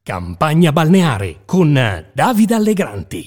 Campagna balneare con Davide Allegranti.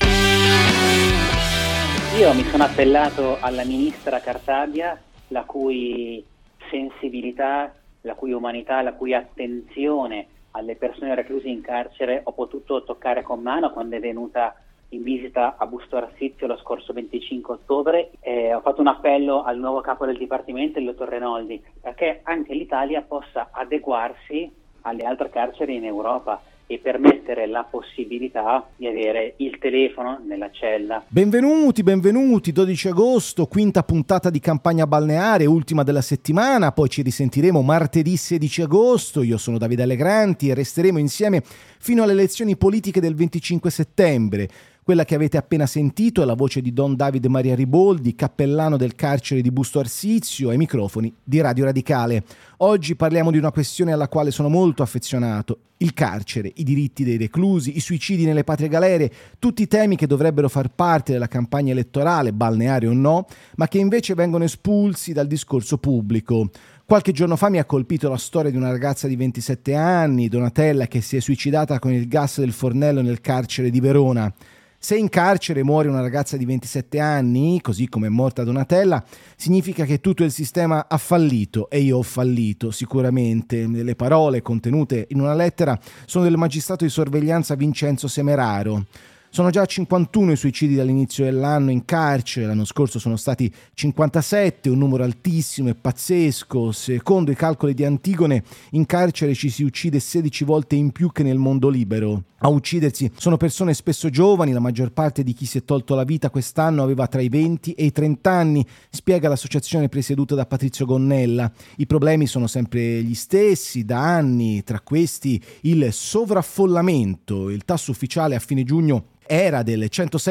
Io mi sono appellato alla ministra Cartabia, la cui sensibilità, la cui umanità, la cui attenzione alle persone recluse in carcere ho potuto toccare con mano quando è venuta in visita a Busto Arsizio lo scorso 25 ottobre. Ho fatto un appello al nuovo capo del Dipartimento, il dottor Renoldi, perché anche l'Italia possa adeguarsi alle altre carceri in Europa e permettere la possibilità di avere il telefono nella cella. Benvenuti, 12 agosto, quinta puntata di Campagna balneare, ultima della settimana, poi ci risentiremo martedì 16 agosto, io sono Davide Allegranti e resteremo insieme fino alle elezioni politiche del 25 settembre. Quella che avete appena sentito è la voce di Don David Maria Riboldi, cappellano del carcere di Busto Arsizio, ai microfoni di Radio Radicale. Oggi parliamo di una questione alla quale sono molto affezionato: il carcere, i diritti dei reclusi, i suicidi nelle patrie galere, tutti temi che dovrebbero far parte della campagna elettorale, balneare o no, ma che invece vengono espulsi dal discorso pubblico. Qualche giorno fa mi ha colpito la storia di una ragazza di 27 anni, Donatella, che si è suicidata con il gas del fornello nel carcere di Verona. Se in carcere muore una ragazza di 27 anni, così come è morta Donatella, significa che tutto il sistema ha fallito, e io ho fallito sicuramente. Le parole contenute in una lettera sono del magistrato di sorveglianza Vincenzo Semeraro. Sono già 51 i suicidi dall'inizio dell'anno in carcere, l'anno scorso sono stati 57, un numero altissimo e pazzesco. Secondo i calcoli di Antigone, in carcere ci si uccide 16 volte in più che nel mondo libero. A uccidersi sono persone spesso giovani, la maggior parte di chi si è tolto la vita quest'anno aveva tra i 20 e i 30 anni, spiega l'associazione presieduta da Patrizio Gonnella. I problemi sono sempre gli stessi da anni, tra questi il sovraffollamento. Il tasso ufficiale a fine giugno era del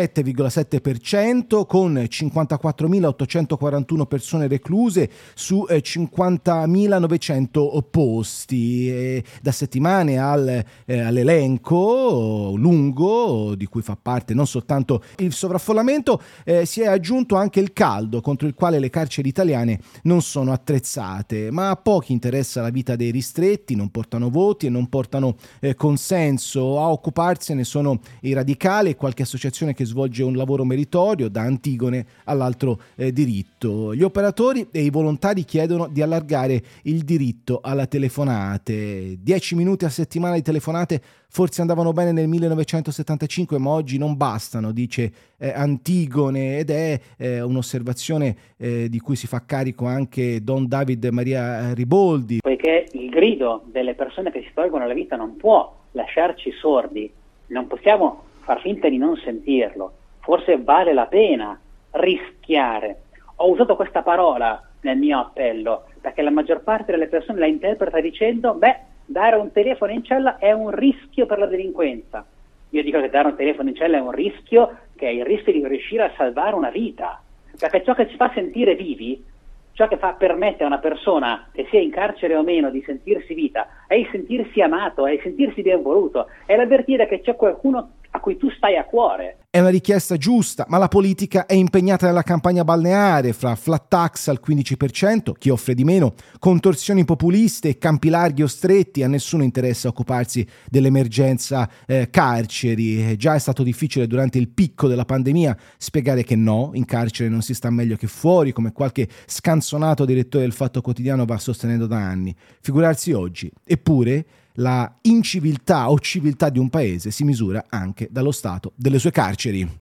107,7% con 54.841 persone recluse su 50.900 posti. Da settimane all'elenco lungo, di cui fa parte non soltanto il sovraffollamento, si è aggiunto anche il caldo, contro il quale le carceri italiane non sono attrezzate. Ma a pochi interessa la vita dei ristretti, non portano voti e non portano consenso. A occuparsene sono i radicali e qualche associazione che svolge un lavoro meritorio, da Antigone all'altro diritto. Gli operatori e i volontari chiedono di allargare il diritto alla telefonate. 10 minuti a settimana di telefonate forse andavano bene nel 1975, ma oggi non bastano, dice Antigone, ed è un'osservazione di cui si fa carico anche Don David Maria Riboldi. Poiché il grido delle persone che si tolgono la vita non può lasciarci sordi, non possiamo far finta di non sentirlo. Forse vale la pena rischiare. Ho usato questa parola nel mio appello perché la maggior parte delle persone la interpreta dicendo: dare un telefono in cella è un rischio per la delinquenza. Io dico che dare un telefono in cella è un rischio, che è il rischio di riuscire a salvare una vita, perché ciò che ci fa sentire vivi, ciò che permette a una persona, che sia in carcere o meno, di sentirsi vita, è il sentirsi amato, è il sentirsi ben voluto, è l'avvertire che c'è qualcuno a cui tu stai a cuore. È una richiesta giusta, ma la politica è impegnata nella campagna balneare, fra flat tax al 15%, chi offre di meno, contorsioni populiste e campi larghi o stretti. A nessuno interessa occuparsi dell'emergenza carceri. Già è stato difficile durante il picco della pandemia spiegare che no, in carcere non si sta meglio che fuori, come qualche scanzonato direttore del Fatto Quotidiano va sostenendo da anni. Figurarsi oggi. Eppure la inciviltà o civiltà di un paese si misura anche dallo stato delle sue carceri.